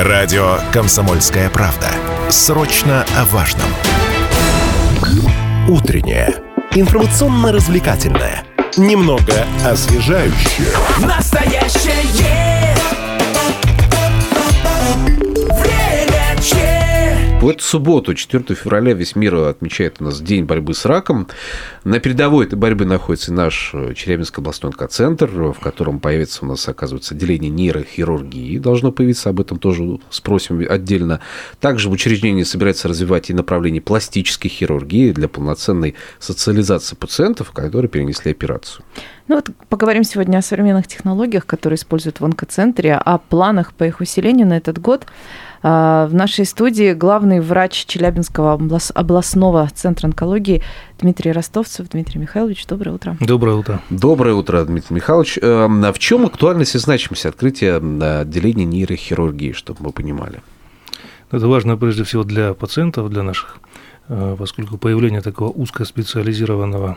Радио «Комсомольская правда». Срочно о важном. Утреннее. Информационно-развлекательное. Немного освежающее. Настоящее время че. В эту субботу, 4 февраля, весь мир отмечает у нас День борьбы с раком. На передовой этой борьбы находится наш Челябинский областной онкоцентр, в котором появится у нас, оказывается, отделение нейрохирургии. Должно появиться, об этом тоже спросим отдельно. Также в учреждении собирается развивать и направление пластической хирургии для полноценной социализации пациентов, которые перенесли операцию. Ну вот поговорим сегодня о современных технологиях, которые используют в онкоцентре, о планах по их усилению на этот год. В нашей студии главный врач Челябинского областного центра онкологии Дмитрий Ростовцев. Дмитрий Михайлович, доброе утро. Доброе утро. Доброе утро, Дмитрий Михайлович. В чем актуальность и значимость открытия отделения нейрохирургии, чтобы мы понимали? Это важно прежде всего для пациентов, для наших, поскольку появление такого узкоспециализированного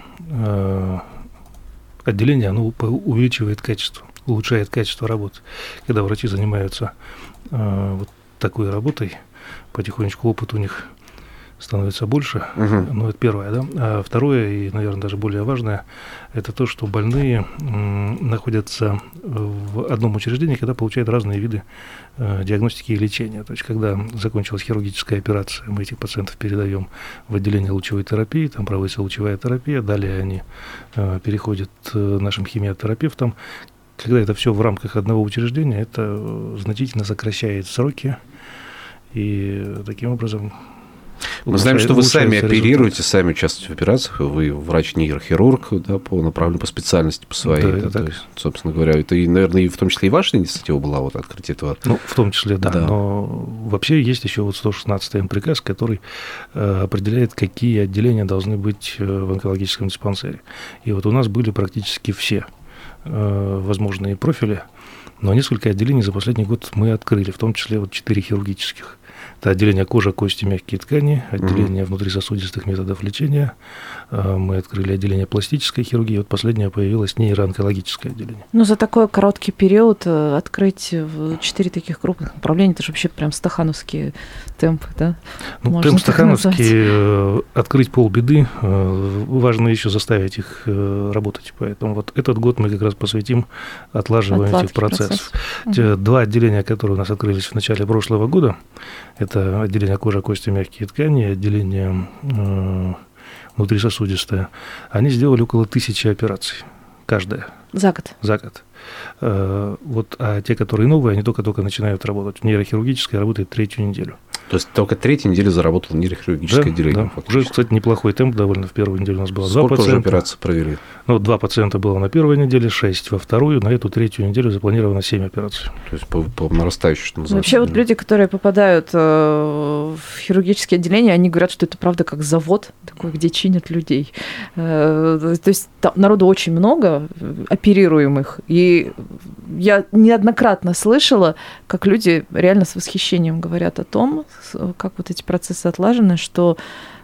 отделения, оно увеличивает качество, улучшает качество работы. Когда врачи занимаются вот такой работой, потихонечку опыт у них становится больше. Ну, это первое, да. А второе, и, наверное, даже более важное, это то, что больные находятся в одном учреждении, когда получают разные виды диагностики и лечения. То есть, когда закончилась хирургическая операция, мы этих пациентов передаем в отделение лучевой терапии, там проводится лучевая терапия, далее они переходят к нашим химиотерапевтам. Когда это все в рамках одного учреждения, это значительно сокращает сроки, и таким образом... Мы знаем, что вы сами оперируете, сами участвуете в операциях, вы врач-нейрохирург, да, по направлению, по специальности, по своей. Да, то есть, собственно говоря, это, и, наверное, и в том числе и ваша инициатива была, вот, открытие этого. Ну, в том числе, да. Но вообще есть еще вот 116-й приказ, который определяет, какие отделения должны быть в онкологическом диспансере. И вот у нас были практически все возможные профили, но несколько отделений за последний год мы открыли, в том числе вот 4 хирургических. Это отделение кожа, кости, мягкие ткани, отделение внутрисосудистых методов лечения. Мы открыли отделение пластической хирургии. Вот последнее появилось нейроонкологическое отделение. Ну, за такой короткий период открыть 4 таких крупных направления, это же вообще прям стахановские темпы, да? Ну, темп стахановский, открыть полбеды. Важно еще заставить их работать. Поэтому вот этот год мы как раз посвятим отлаживанию этих процессов. 2 отделения, которые у нас открылись в начале прошлого года, это отделение кожа, кости, мягкие ткани, отделение внутрисосудистое. Они сделали около 1000 операций, каждая. За год? За год. Вот, а те, которые новые, они только-только начинают работать. Нейрохирургическая работает 3-ю неделю. То есть только 3-ю неделю заработало нейрохирургическое отделение? Да. Уже, кстати, неплохой темп довольно. В первую неделю у нас было 2 пациента. Сколько уже операций провели? Ну, 2 пациента было на первой неделе, 6 во вторую. На эту 3-ю неделю запланировано 7 операций. То есть по нарастающей, что называется. Вообще вот люди, которые попадают в хирургические отделения, они говорят, что это правда как завод такой, где чинят людей. То есть там народу очень много оперируемых. И я неоднократно слышала, как люди реально с восхищением говорят о том, как вот эти процессы отлажены, что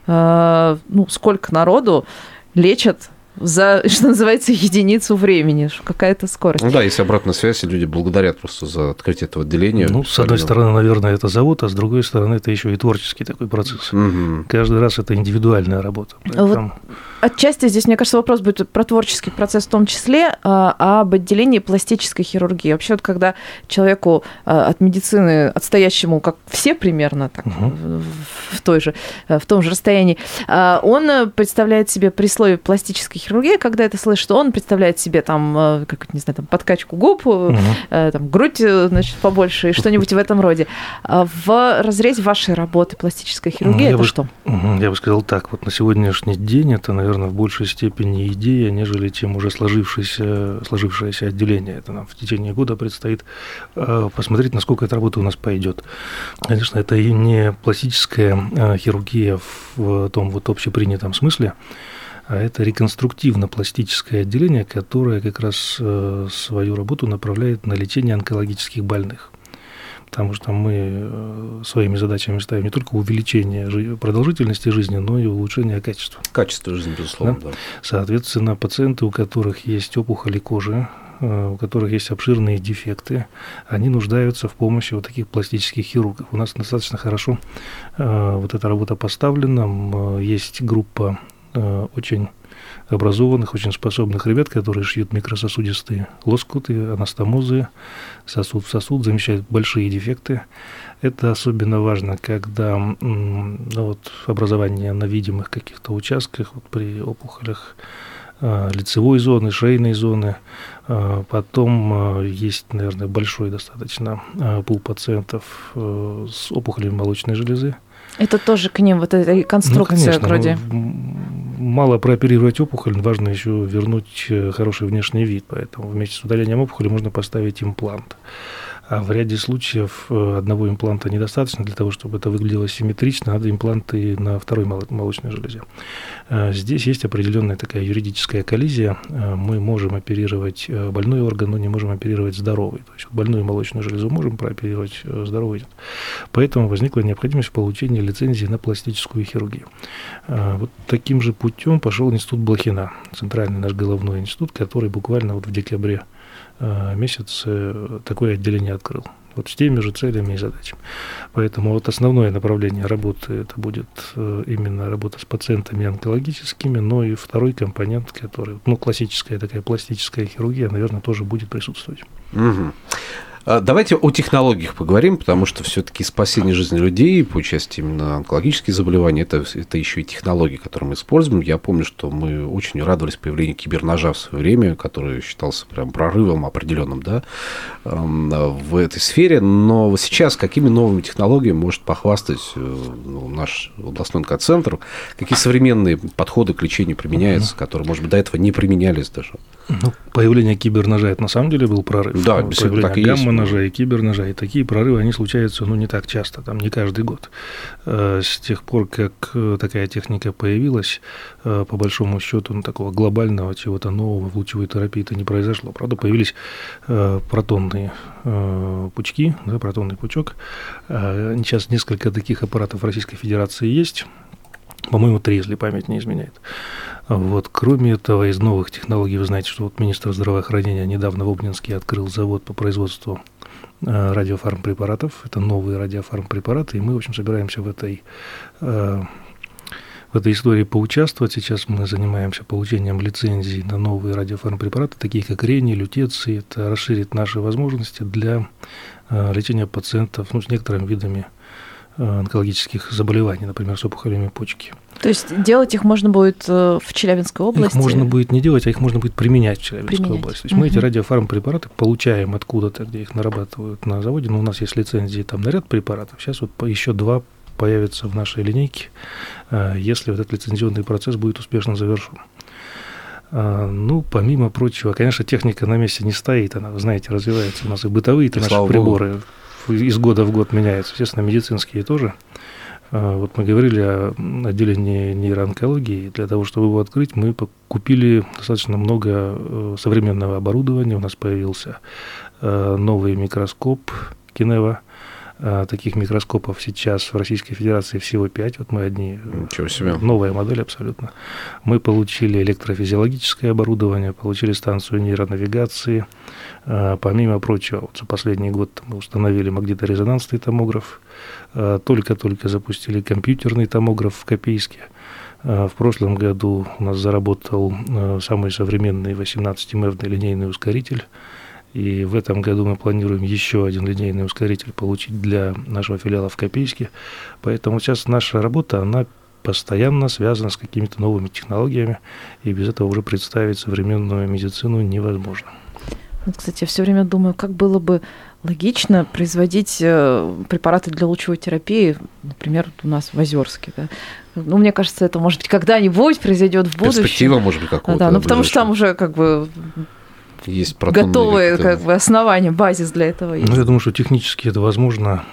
сколько народу лечат за, что называется, единицу времени, какая-то скорость. Ну да, есть обратная связь, и люди благодарят просто за открытие этого отделения. Ну, с одной стороны, наверное, это завод, а с другой стороны, это еще и творческий такой процесс. Каждый раз это индивидуальная работа. Вот отчасти здесь, мне кажется, вопрос будет про творческий процесс в том числе, об отделении пластической хирургии. Вообще, вот когда человеку от медицины, отстоящему, как все примерно, так, в том же расстоянии, он представляет себе при слове пластической хирургии, когда это слышит, он представляет себе там, как, не знаю, там, подкачку губ, там, грудь, значит, побольше и что-нибудь в этом роде. В разрезе вашей работы пластическая хирургия это что? Я бы сказал так, вот на сегодняшний день это, наверное, в большей степени идея, нежели чем уже сложившееся отделение. Это нам в течение года предстоит посмотреть, насколько эта работа у нас пойдет. Конечно, это и не пластическая хирургия в том вот общепринятом смысле, а это реконструктивно-пластическое отделение, которое как раз свою работу направляет на лечение онкологических больных. Потому что мы своими задачами ставим не только увеличение продолжительности жизни, но и улучшение качества. Качество жизни, безусловно, да. Соответственно, пациенты, у которых есть опухоли кожи, у которых есть обширные дефекты, они нуждаются в помощи вот таких пластических хирургов. У нас достаточно хорошо вот эта работа поставлена. Есть группа очень образованных, очень способных ребят, которые шьют микрососудистые лоскуты, анастомозы, сосуд в сосуд, замещают большие дефекты. Это особенно важно, когда образование на видимых каких-то участках, при опухолях лицевой зоны, шейной зоны. Потом есть, наверное, большой достаточно пул пациентов с опухолями молочной железы. Это тоже к ним вот эта реконструкция, конечно, вроде. Мало прооперировать опухоль, важно еще вернуть хороший внешний вид, поэтому вместе с удалением опухоли можно поставить имплант. А в ряде случаев одного импланта недостаточно для того, чтобы это выглядело симметрично, надо импланты на второй молочной железе. Здесь есть определенная такая юридическая коллизия. Мы можем оперировать больной орган, но не можем оперировать здоровый. То есть больную молочную железу можем прооперировать, здоровый нет. Поэтому возникла необходимость в получении лицензии на пластическую хирургию. Вот таким же путем пошел институт Блохина, центральный наш головной институт, который буквально в декабре месяц такое отделение открыл. Вот с теми же целями и задачами. Поэтому вот основное направление работы это будет именно работа с пациентами онкологическими, но и второй компонент, который, классическая такая пластическая хирургия, наверное, тоже будет присутствовать. Угу. Давайте о технологиях поговорим, потому что все-таки спасение жизни людей по части именно онкологических заболеваний это еще и технологии, которые мы используем. Я помню, что мы очень радовались появлению киберножа в свое время, который считался прям прорывом определенным, да, в этой сфере. Но сейчас какими новыми технологиями может похвастать наш областной онкоцентр? Какие современные подходы к лечению применяются, которые, может быть, до этого не применялись даже? Появление киберножа это на самом деле был прорыв. Да, так и есть. Ножа и киберножа, и такие прорывы, они случаются, не так часто, не каждый год. С тех пор, как такая техника появилась, по большому счету, такого глобального чего-то нового в лучевой терапии-то не произошло. Правда, появились протонные пучки, протонный пучок. Сейчас несколько таких аппаратов в Российской Федерации есть. По-моему, 3, если память не изменяет. Кроме этого, из новых технологий, вы знаете, что министр здравоохранения недавно в Обнинске открыл завод по производству радиофармпрепаратов. Это новые радиофармпрепараты, и мы, в общем, собираемся в этой истории поучаствовать. Сейчас мы занимаемся получением лицензий на новые радиофармпрепараты, такие как рени, лютеции. Это расширит наши возможности для лечения пациентов с некоторыми видами онкологических заболеваний, например, с опухолями почки. То есть делать их можно будет в Челябинской области? Их можно будет не делать, а их можно будет применять в Челябинской области. То есть мы эти радиофармпрепараты получаем откуда-то, где их нарабатывают на заводе, но у нас есть лицензии на ряд препаратов. Сейчас еще 2 появятся в нашей линейке, если этот лицензионный процесс будет успешно завершен. Помимо прочего, конечно, техника на месте не стоит, она, вы знаете, развивается. У нас и бытовые наши приборы из года в год меняются, естественно, медицинские тоже. Мы говорили о отделении нейроонкологии. Для того, чтобы его открыть, мы купили достаточно много современного оборудования. У нас появился новый микроскоп Кинева. Таких микроскопов сейчас в Российской Федерации всего 5. Мы одни. Ничего себе. Новая модель абсолютно. Мы получили электрофизиологическое оборудование, получили станцию нейронавигации. Помимо прочего, за последний год мы установили магниторезонансный томограф. Только-только запустили компьютерный томограф в Копейске. В прошлом году у нас заработал самый современный 18-мевный линейный ускоритель. И в этом году мы планируем еще один линейный ускоритель получить для нашего филиала в Копейске. Поэтому сейчас наша работа, она постоянно связана с какими-то новыми технологиями, и без этого уже представить современную медицину невозможно. Кстати, я все время думаю, как было бы логично производить препараты для лучевой терапии, например, у нас в Озерске. Да? Мне кажется, это, может быть, когда-нибудь произойдет в будущем. Перспектива, может быть, какого-то. Да, потому что там уже есть готовые основания, базис для этого есть. Я думаю, что технически это возможно,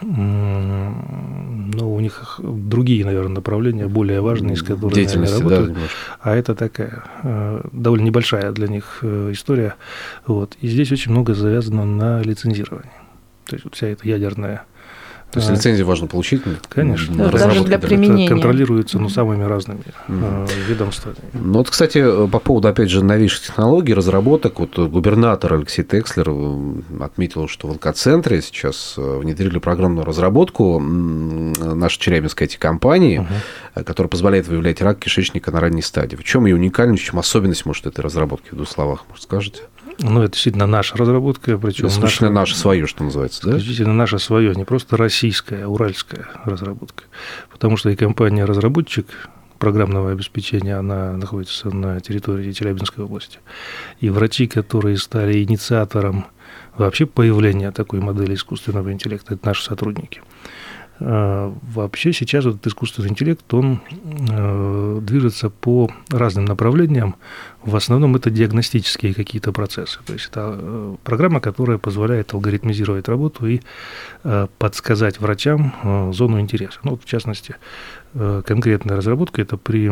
но у них другие, наверное, направления, более важные, с которыми они работают. Да, а это такая довольно небольшая для них история. И здесь очень много завязано на лицензировании. То есть вся эта ядерная То есть лицензию важно получить? Конечно. Даже для применения. Это контролируется самыми разными ведомствами. Ну вот, кстати, по поводу, опять же, новейших технологий, разработок, вот губернатор Алексей Текслер отметил, что в онкоцентре сейчас внедрили программную разработку нашей челябинской IT-компании, которая позволяет выявлять рак кишечника на ранней стадии. В чем ее уникальность, в чем особенность, может, этой разработки, в двух словах, может, скажете? Ну, это действительно наша разработка, причем исключительно наше свое, что называется, да? Исключительно наше свое, не просто российская, а уральская разработка. Потому что и компания-разработчик программного обеспечения, она находится на территории Челябинской области. И врачи, которые стали инициатором вообще появления такой модели искусственного интеллекта, это наши сотрудники. Вообще сейчас этот искусственный интеллект, он движется по разным направлениям. В основном это диагностические какие-то процессы. То есть это программа, которая позволяет алгоритмизировать работу и подсказать врачам зону интереса. Ну, вот, в частности, конкретная разработка – это при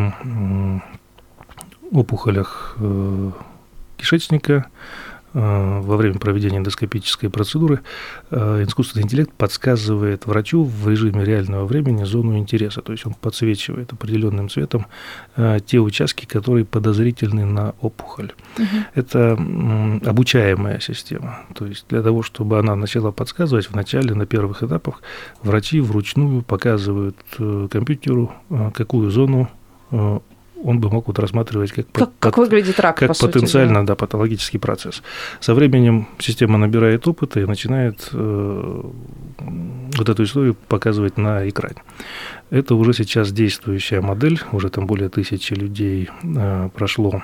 опухолях кишечника во время проведения эндоскопической процедуры искусственный интеллект подсказывает врачу в режиме реального времени зону интереса. То есть он подсвечивает определенным цветом те участки, которые подозрительны на опухоль. Это обучаемая система. То есть для того, чтобы она начала подсказывать, вначале на первых этапах врачи вручную показывают компьютеру, какую зону он бы мог вот рассматривать как выглядит рак, как по сути, потенциально патологический процесс. Со временем система набирает опыта и начинает вот эту историю показывать на экране. Это уже сейчас действующая модель, уже там более 1000 людей прошло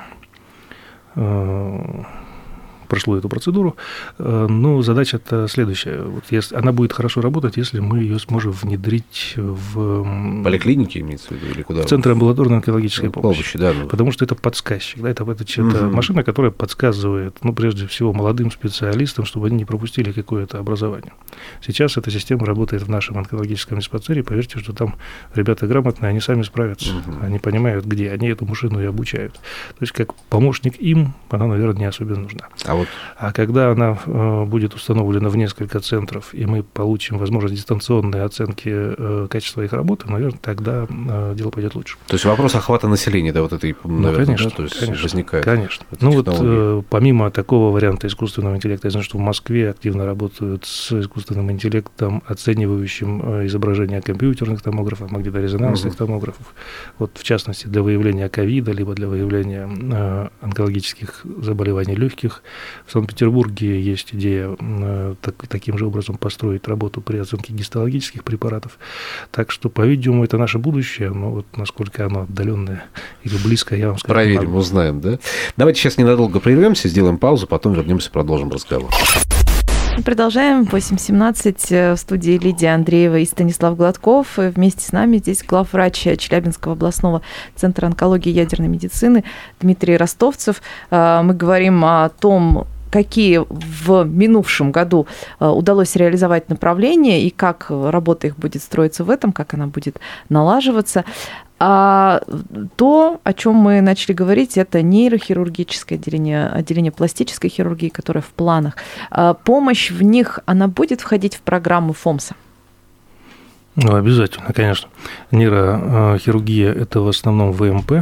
эту процедуру, но задача-то следующая. Вот она будет хорошо работать, если мы ее сможем внедрить в поликлинике, имеется в виду, или куда? В центр амбулаторной онкологической помощи. Да. Потому что это подсказчик. Да, это машина, которая подсказывает, прежде всего, молодым специалистам, чтобы они не пропустили какое-то образование. Сейчас эта система работает в нашем онкологическом диспансере. Поверьте, что там ребята грамотные, они сами справятся. Они понимают, где. Они эту машину и обучают. То есть, как помощник им, она, наверное, не особенно нужна. А когда она будет установлена в несколько центров, и мы получим возможность дистанционной оценки качества их работы, наверное, тогда дело пойдет лучше. То есть вопрос охвата населения, да, вот этой, наверное, конечно, да, то есть конечно, возникает. Конечно. Вот помимо такого варианта искусственного интеллекта, я знаю, что в Москве активно работают с искусственным интеллектом, оценивающим изображения компьютерных томографов, магнитно-резонансных томографов. Вот в частности для выявления ковида, либо для выявления онкологических заболеваний легких. В Санкт-Петербурге есть идея таким же образом построить работу при оценке гистологических препаратов. Так что, по-видимому, это наше будущее, но вот насколько оно отдаленное или близкое, я вам скажу. Проверим, узнаем, да? Давайте сейчас ненадолго прервемся, сделаем паузу, потом вернемся, продолжим разговор. Продолжаем. 8:17 в студии Лидия Андреева и Станислав Гладков. И вместе с нами здесь главврач Челябинского областного центра онкологии и ядерной медицины Дмитрий Ростовцев. Мы говорим о том, какие в минувшем году удалось реализовать направления и как работа их будет строиться в этом, как она будет налаживаться. А то, о чем мы начали говорить, это нейрохирургическое отделение пластической хирургии, которое в планах. Помощь в них, она будет входить в программу ФОМСа? Обязательно, конечно. Нейрохирургия – это в основном ВМП,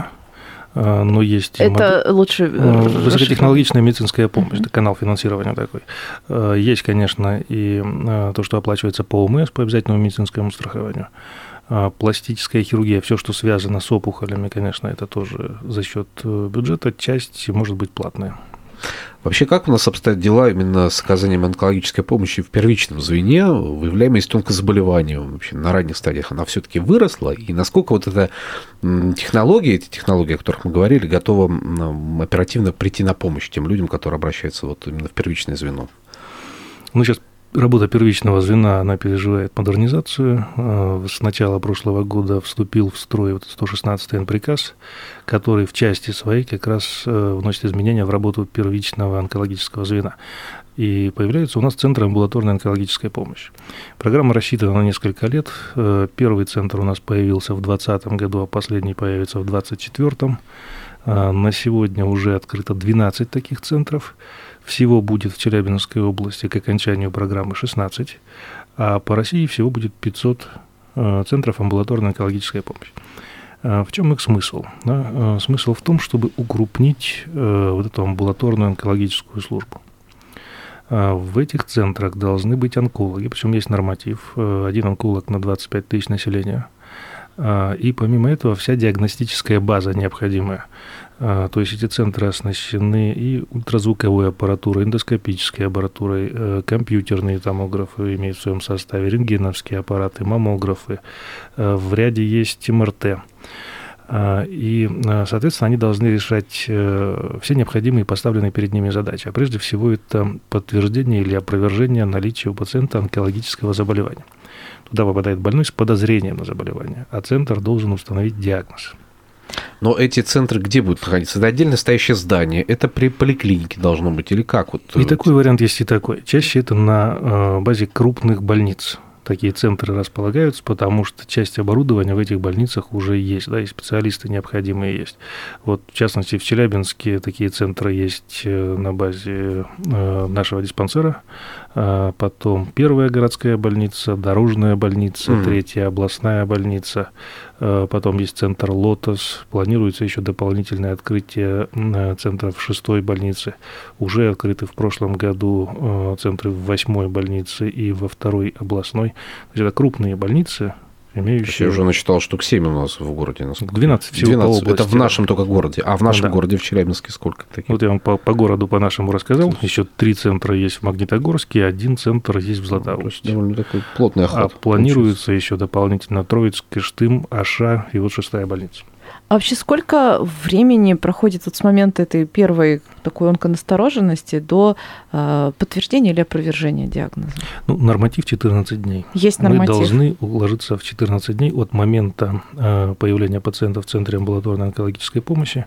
но есть... Это лучше... Высокотехнологичная медицинская помощь, это канал финансирования такой. Есть, конечно, и то, что оплачивается по ОМС, по обязательному медицинскому страхованию. Пластическая хирургия, все, что связано с опухолями, конечно, это тоже за счет бюджета, часть может быть платная. Вообще, как у нас обстоят дела именно с оказанием онкологической помощи в первичном звене, выявляемость онкозаболеваний вообще на ранних стадиях, она все-таки выросла, и насколько вот эта технология, эти технологии, о которых мы говорили, готова оперативно прийти на помощь тем людям, которые обращаются вот именно в первичное звено? Сейчас работа первичного звена, она переживает модернизацию. С начала прошлого года вступил в строй 116-й приказ, который в части своей как раз вносит изменения в работу первичного онкологического звена. И появляется у нас центр амбулаторной онкологической помощи. Программа рассчитана на несколько лет. Первый центр у нас появился в 2020 году, а последний появится в 2024. На сегодня уже открыто 12 таких центров. Всего будет в Челябинской области к окончанию программы 16, а по России всего будет 500 центров амбулаторной онкологической помощи. В чем их смысл? Смысл в том, чтобы укрупнить вот эту амбулаторную онкологическую службу. В этих центрах должны быть онкологи, причем есть норматив, 1 онколог на 25 тысяч населения. И помимо этого вся диагностическая база необходимая. То есть эти центры оснащены и ультразвуковой аппаратурой, эндоскопической аппаратурой, компьютерные томографы имеют в своем составе, рентгеновские аппараты, маммографы. В ряде есть МРТ. И, соответственно, они должны решать все необходимые поставленные перед ними задачи. А прежде всего это подтверждение или опровержение наличия у пациента онкологического заболевания. Туда попадает больной с подозрением на заболевание, а центр должен установить диагноз. Но эти центры где будут находиться? Это отдельно стоящее здание? Это при поликлинике должно быть? Или как? И такой вариант есть, и такой. Чаще это на базе крупных больниц. Такие центры располагаются, потому что часть оборудования в этих больницах уже есть, да, и специалисты необходимые есть. Вот, в частности, в Челябинске такие центры есть на базе нашего диспансера, потом первая городская больница, дорожная больница, третья областная больница, потом есть центр «Лотос», планируется еще дополнительное открытие центров в 6-й больнице, уже открыты в прошлом году центры в 8-й больнице и во 2-й областной. То есть это крупные больницы, имеющие... Я уже насчитал штук 7 у нас в городе. 12 всего 12. по области. Это в нашем только городе. А в нашем городе, в Челябинске, сколько таких? Вот я вам по городу, по нашему рассказал. Еще 3 центра есть в Магнитогорске, 1 центр есть в Златоусте. Довольно такой плотный охват. А планируется еще дополнительно Троицк, Кыштым, Аша и вот 6-я больница. А вообще сколько времени проходит вот с момента этой первой такой онконастороженности до подтверждения или опровержения диагноза? Ну, норматив 14 дней. Есть норматив. Мы должны уложиться в 14 дней от момента появления пациента в центре амбулаторной онкологической помощи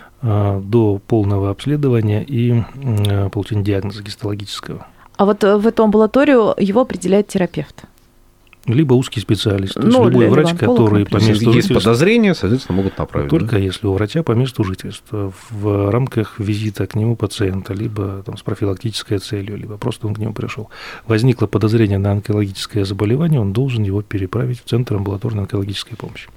до полного обследования и получения диагноза гистологического. А вот в эту амбулаторию его определяет терапевт? Либо узкий специалист, то есть любой врач, который по месту есть жительства... подозрения, соответственно, могут направить. Только если у врача по месту жительства в рамках визита к нему пациента, либо там, с профилактической целью, либо просто он к нему пришел, возникло подозрение на онкологическое заболевание, он должен его переправить в Центр амбулаторной онкологической помощи.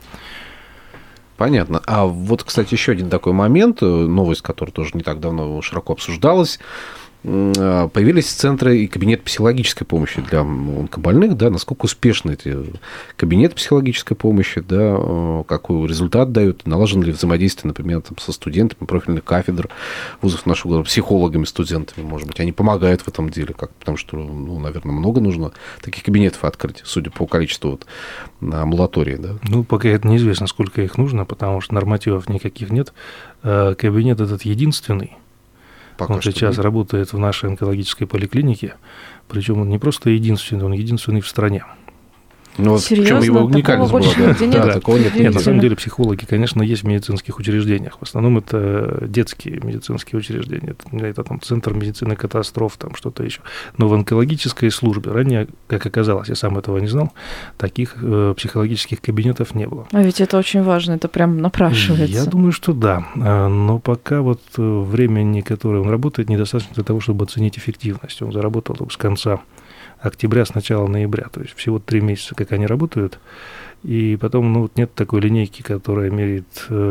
Понятно. А вот, кстати, еще один такой момент, новость, которая тоже не так давно широко обсуждалась. Появились центры и кабинет психологической помощи для онкобольных, да, насколько успешны эти кабинеты психологической помощи, да, какой результат дают, налажено ли взаимодействие, например, там, со студентами профильных кафедр вузов нашего города, психологами, студентами, может быть, они помогают в этом деле, потому что, ну, наверное, много нужно таких кабинетов открыть, судя по количеству вот, амбулаторий, да. Ну, пока это неизвестно, сколько их нужно, потому что нормативов никаких нет. Кабинет этот единственный. Он сейчас работает в нашей онкологической поликлинике, причем он не просто единственный, он единственный в стране. Ну, вот в чем его уникальность была? Да, такого нет. Нет, на самом деле психологи, конечно, есть в медицинских учреждениях. В основном это детские медицинские учреждения. Это там центр медицины катастроф, там что-то еще. Но в онкологической службе ранее, как оказалось, я сам этого не знал, таких психологических кабинетов не было. А ведь это очень важно, это прям напрашивается. Я думаю, что да. Но пока вот времени, которое он работает, недостаточно для того, чтобы оценить эффективность. Он заработал только с конца октября, с начала ноября, то есть всего 3 месяца, как они работают, и потом, ну, нет такой линейки, которая меряет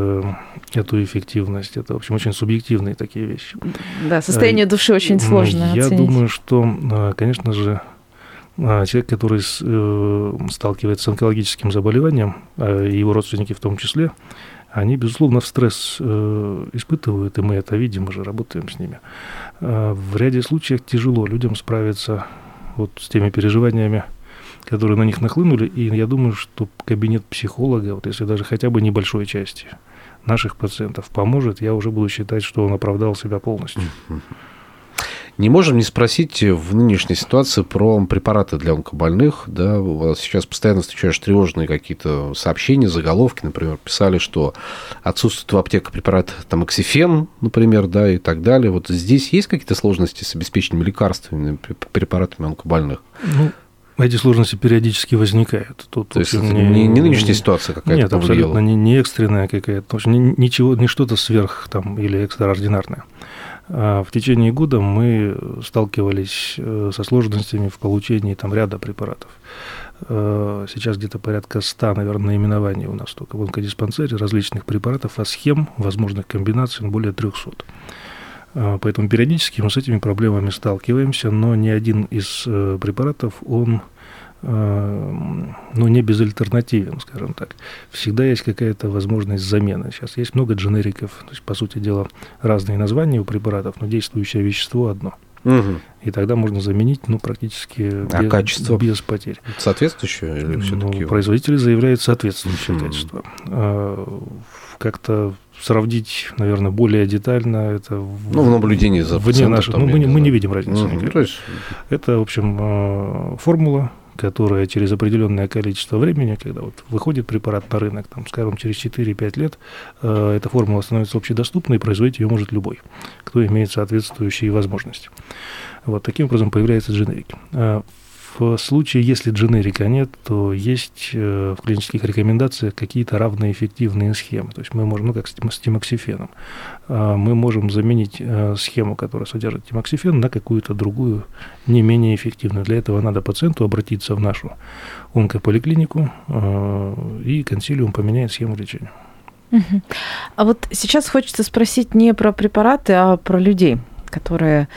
эту эффективность. Это, в общем, очень субъективные такие вещи. Да, состояние души очень сложно оценить. Я думаю, что, конечно же, человек, который сталкивается с онкологическим заболеванием, и его родственники в том числе, они, безусловно, в стресс испытывают, и мы это видим, мы же работаем с ними. В ряде случаев тяжело людям справиться вот с теми переживаниями, которые на них нахлынули, и я думаю, что кабинет психолога, вот если даже хотя бы небольшой части наших пациентов поможет, я уже буду считать, что он оправдал себя полностью. Не можем не спросить в нынешней ситуации про препараты для онкобольных. Да, у вас сейчас постоянно встречаешь тревожные какие-то сообщения, заголовки, например, писали, что отсутствует в аптеках препарат тамоксифен, например, да, и так далее. Вот здесь есть какие-то сложности с обеспечением лекарственными препаратами онкобольных? Ну, эти сложности периодически возникают. Тут, то есть это не нынешняя ситуация какая-то? Нет, абсолютно не экстренная какая-то, ничего, не что-то сверх там, или экстраординарное. В течение года мы сталкивались со сложностями в получении там ряда препаратов. Сейчас где-то порядка 100, наверное, наименований у нас только в онкодиспансере различных препаратов, а схем, возможных комбинаций, более 300. Поэтому периодически мы с этими проблемами сталкиваемся, но ни один из препаратов, он не безальтернативен, скажем так. Всегда есть какая-то возможность замены. Сейчас есть много дженериков, то есть, по сути дела, разные названия у препаратов, но действующее вещество одно. Угу. И тогда можно заменить практически без потерь. Соответствующее или все-таки? Производители заявляют соответствующее качество. Как-то сравнить, наверное, более детально это в наблюдении за пациентом. Мы не видим разницы. То есть это, в общем, формула, которая через определенное количество времени, когда вот выходит препарат на рынок, там, скажем, через 4-5 лет, эта формула становится общедоступной, и производить ее может любой, кто имеет соответствующие возможности. Вот таким образом появляются дженерики. В случае, если дженерика нет, то есть в клинических рекомендациях какие-то равноэффективные схемы. То есть мы можем, как с тимоксифеном, мы можем заменить схему, которая содержит тимоксифен, на какую-то другую, не менее эффективную. Для этого надо пациенту обратиться в нашу онкополиклинику, и консилиум поменяет схему лечения. А вот сейчас хочется спросить не про препараты, а про людей, которые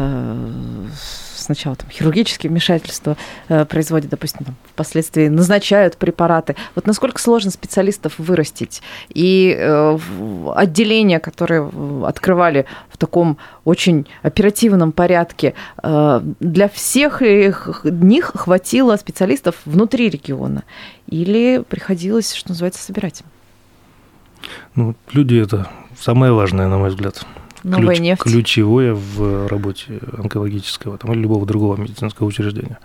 сначала хирургические вмешательства производят, допустим, впоследствии назначают препараты. Вот насколько сложно специалистов вырастить? И отделения, которые открывали в таком очень оперативном порядке, для всех них хватило специалистов внутри региона? Или приходилось, что называется, собирать? Люди – это самое важное, на мой взгляд. Новая нефть. Ключевое в работе онкологического или любого другого медицинского учреждения.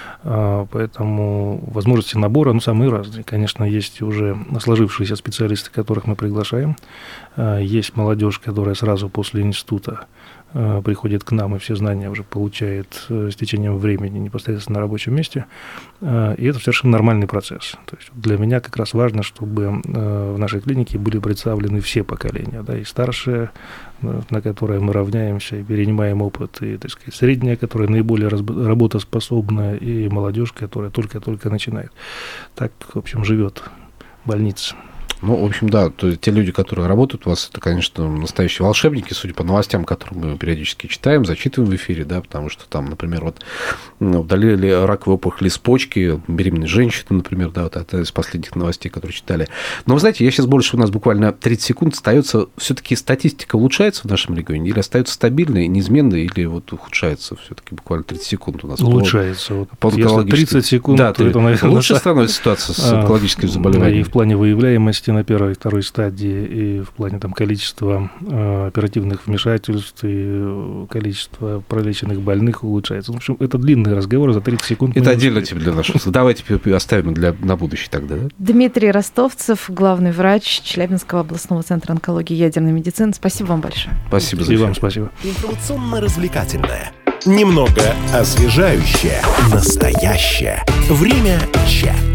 Поэтому возможности набора самые разные. Конечно, есть уже сложившиеся специалисты, которых мы приглашаем. Есть молодежь, которая сразу после института приходит к нам и все знания уже получает с течением времени непосредственно на рабочем месте. И это совершенно нормальный процесс. То есть для меня как раз важно, чтобы в нашей клинике были представлены все поколения, и старшие, на которые мы равняемся и перенимаем опыт, и, так сказать, средняя, которая наиболее работоспособна, и молодежь, которая только-только начинает. Так, в общем, живет больница. В общем, да, то есть те люди, которые работают у вас, это, конечно, настоящие волшебники, судя по новостям, которые мы периодически читаем, зачитываем в эфире, потому что там, например, удалили раковую опухоль из почки беременной женщины, например, это из последних новостей, которые читали. Но, вы знаете, я сейчас больше, у нас буквально 30 секунд остается, все-таки статистика улучшается в нашем регионе, или остается стабильной, неизменной, или ухудшается все-таки буквально 30 секунд у нас? Улучшается. Если 30 секунд, то это, наверное, лучше становится ситуация с онкологическими заболеваниями. И в плане выявляемости на первой и второй стадии, и в плане количества оперативных вмешательств, и количество пролеченных больных улучшается. В общем, это длинный разговор, за 30 секунд. Это отдельно тебе для наших. Давайте оставим на будущее тогда. Да? Дмитрий Ростовцев, главный врач Челябинского областного центра онкологии и ядерной медицины. Спасибо вам большое. Спасибо за эфир. И вам спасибо. Информационно-развлекательное. Немного освежающее. Настоящее. Время чат.